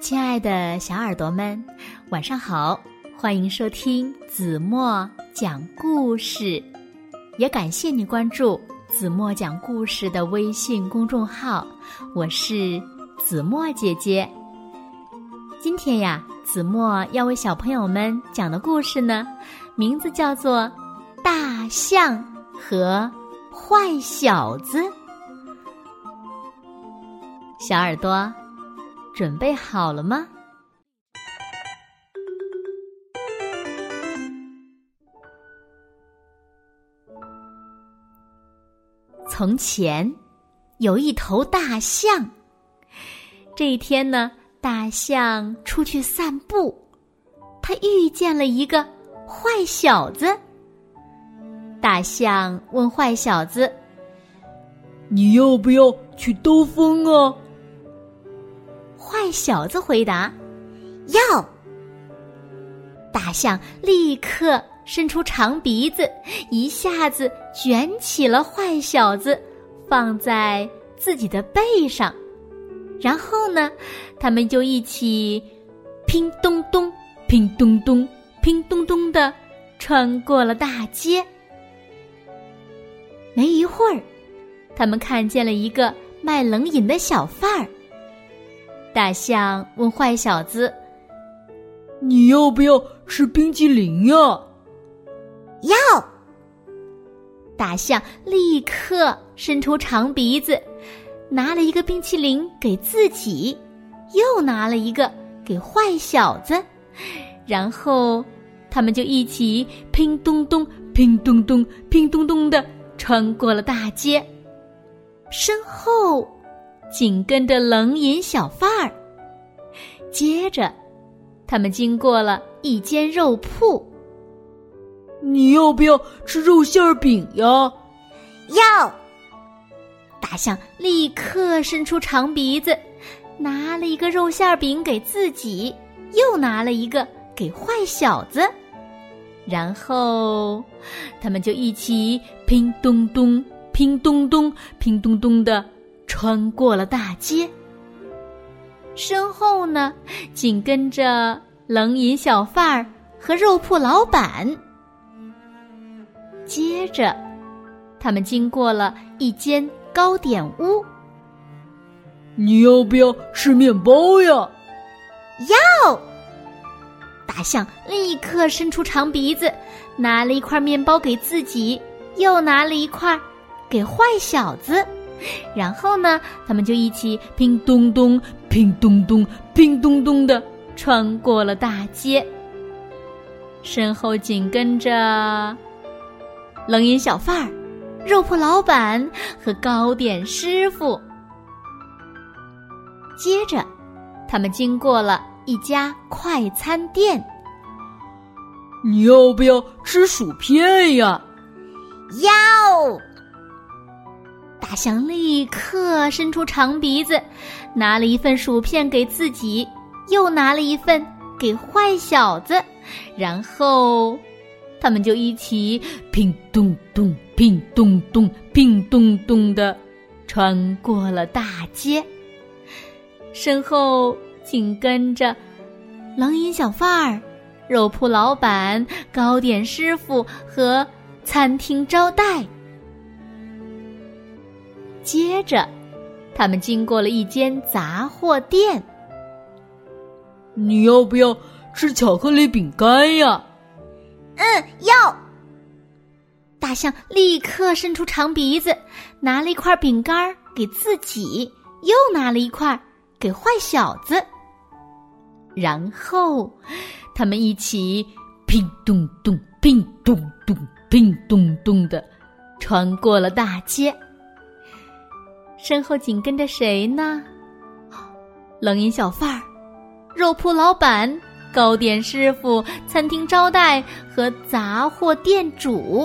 亲爱的小耳朵们，晚上好，欢迎收听子墨讲故事，也感谢你关注子墨讲故事的微信公众号，我是子墨姐姐。今天呀，子墨要为小朋友们讲的故事呢，名字叫做《大象和坏小子》。小耳朵准备好了吗？从前有一头大象，这一天呢，大象出去散步，他遇见了一个坏小子。大象问坏小子：“ 你要不要去兜风啊？” 坏小子回答：“要。”大象立刻伸出长鼻子，一下子卷起了坏小子，放在自己的背上。然后呢，他们就一起乒咚咚、乒咚咚、乒咚咚地穿过了大街。没一会儿，他们看见了一个卖冷饮的小贩儿。大象问坏小子：“ 你要不要吃冰淇淋呀？” 要。大象立刻伸出长鼻子，拿了一个冰淇淋给自己，又拿了一个给坏小子，然后他们就一起乒咚咚、乒咚咚、乒咚咚地穿过了大街，身后紧跟着冷饮小贩儿。接着他们经过了一间肉铺。 你要不要吃肉馅饼呀？ 要。大象立刻伸出长鼻子，拿了一个肉馅饼给自己，又拿了一个给坏小子，然后他们就一起乒咚咚、乒咚咚、乒咚咚地穿过了大街。身后呢，紧跟着冷饮小贩儿和肉铺老板。接着他们经过了一间糕点屋。 你要不要吃面包呀？ 要。大象立刻伸出长鼻子，拿了一块面包给自己，又拿了一块给坏小子，然后呢，他们就一起乒咚咚、乒咚咚、乒咚咚地穿过了大街。身后紧跟着冷饮小贩儿、肉铺老板和糕点师傅。接着他们经过了一家快餐店。 你要不要吃薯片呀？ 要。大象立刻伸出长鼻子，拿了一份薯片给自己，又拿了一份给坏小子，然后他们就一起乒咚咚、乒咚咚、乒咚咚地穿过了大街。身后紧跟着冷饮小贩儿、肉铺老板、糕点师傅和餐厅招待。接着他们经过了一间杂货店。 你要不要吃巧克力饼干呀？ 要。大象立刻伸出长鼻子，拿了一块饼干给自己，又拿了一块给坏小子，然后他们一起乒咚咚、乒咚咚、乒咚咚地穿过了大街。身后紧跟着谁呢？冷饮小贩儿、肉铺老板、糕点师傅、餐厅招待和杂货店主。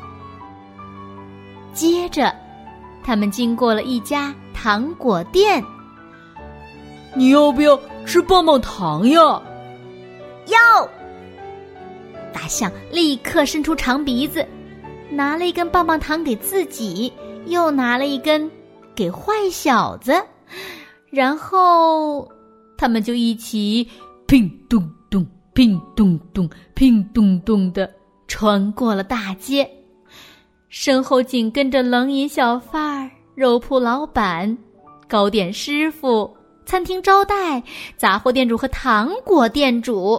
接着他们经过了一家糖果店。 你要不要吃棒棒糖呀？ 要。大象立刻伸出长鼻子，拿了一根棒棒糖给自己，又拿了一根给坏小子，然后他们就一起乒咚咚乒咚咚乒咚咚地穿过了大街，身后紧跟着冷饮小贩儿、肉铺老板、糕点师傅、餐厅招待、杂货店主和糖果店主。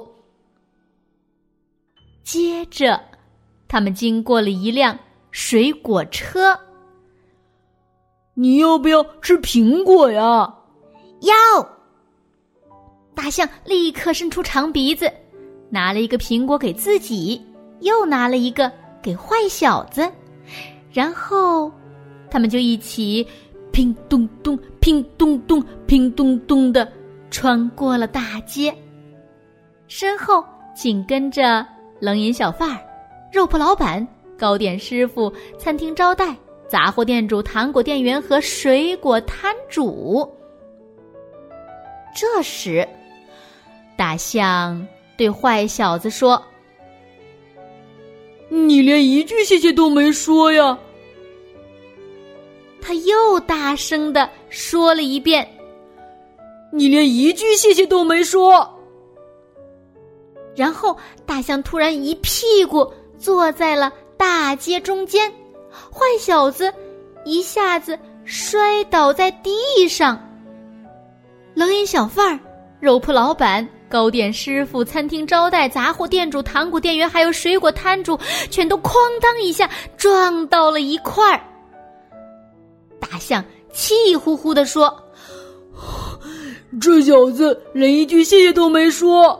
接着他们经过了一辆水果车。 你要不要吃苹果呀？ 要！大象立刻伸出长鼻子，拿了一个苹果给自己，又拿了一个给坏小子，然后他们就一起乒咚咚乒咚咚乒咚咚地穿过了大街，身后紧跟着冷饮小贩儿、肉铺老板、糕点师傅、餐厅招待、杂货店主、糖果店员和水果摊主。这时大象对坏小子说： 你连一句谢谢都没说呀。 他又大声地说了一遍： 你连一句谢谢都没说。 然后大象突然一屁股坐在了大街中间，坏小子一下子摔倒在地上。冷饮小贩儿、肉铺老板、糕点师傅、餐厅招待、杂货店主、糖果店员还有水果摊主全都哐当一下撞到了一块儿。大象气呼呼地说： 这小子连一句谢谢都没说。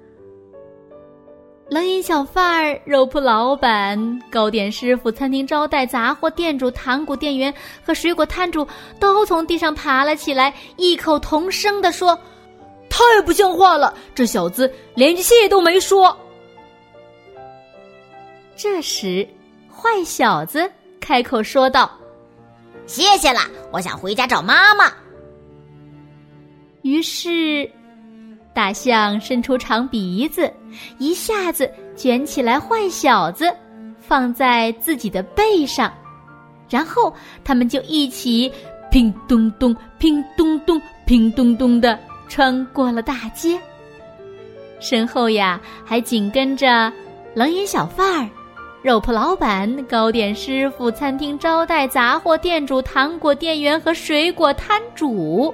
冷饮小贩儿、肉铺老板、糕点师傅、餐厅招待、杂货店主、糖果店员和水果摊主都从地上爬了起来，异口同声地说： 太不像话了，这小子连句谢谢都没说。 这时坏小子开口说道： 谢谢啦，我想回家找妈妈。 于是大象伸出长鼻子，一下子卷起来坏小子，放在自己的背上，然后他们就一起乒咚咚乒咚咚乒咚咚地穿过了大街，身后呀还紧跟着冷饮小贩儿、肉铺老板、糕点师傅、餐厅招待、杂货店主、糖果店员和水果摊主。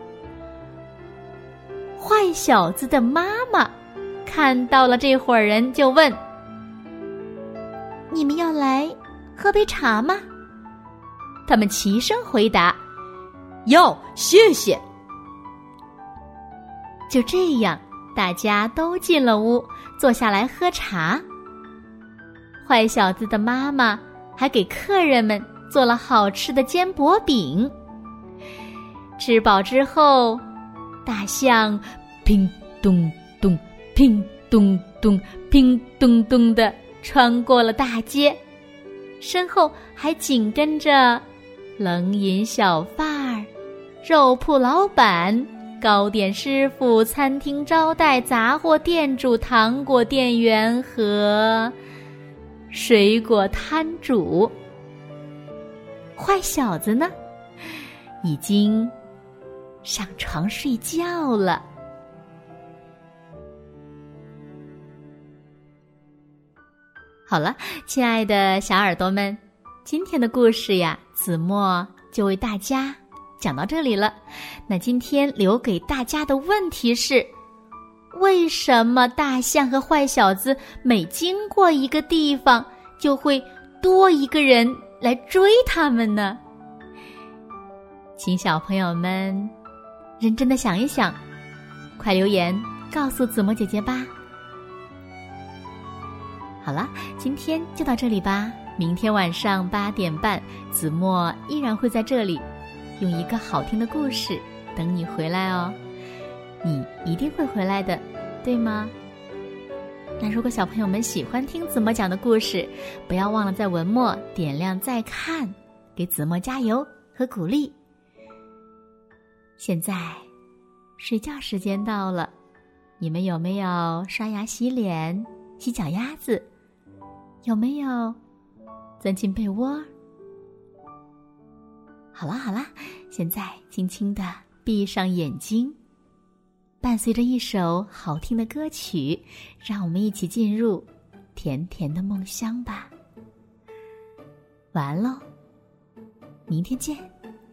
坏小子的妈妈看到了这伙人，就问：你们要来喝杯茶吗？他们齐声回答： 要，谢谢。 就这样，大家都进了屋，坐下来喝茶。坏小子的妈妈还给客人们做了好吃的煎薄饼。吃饱之后，大象乒咚咚乒咚咚乒咚咚地穿过了大街，身后还紧跟着冷饮小贩儿、肉铺老板、糕点师傅、餐厅招待、杂货店主、糖果店员和水果摊主。坏小子呢，已经上床睡觉了。好了，亲爱的小耳朵们，今天的故事呀，子墨就为大家讲到这里了。那今天留给大家的问题是：为什么大象和坏小子每经过一个地方，就会多一个人来追他们呢？请小朋友们认真的想一想，快留言告诉子墨姐姐吧。好了，今天就到这里吧。明天晚上8点半，子墨依然会在这里，用一个好听的故事等你回来哦。你一定会回来的，对吗？那如果小朋友们喜欢听子墨讲的故事，不要忘了在文末点亮再看，给子墨加油和鼓励。现在睡觉时间到了，你们有没有刷牙洗脸、洗脚丫子？有没有钻进被窝？好了好了，现在轻轻地闭上眼睛， 伴随着一首好听的歌曲，让我们一起进入甜甜的梦乡吧。晚安喽，明天见。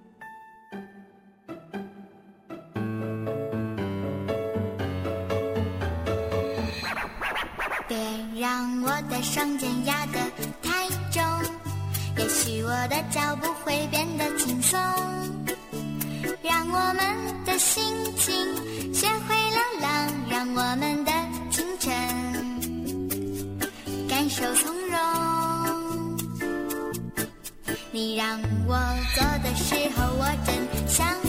别让我的双肩压得太重，也许我的脚步会变得轻松，让我们的心情学会流浪，让我们的清晨感受从容。你让我做的时候，我真想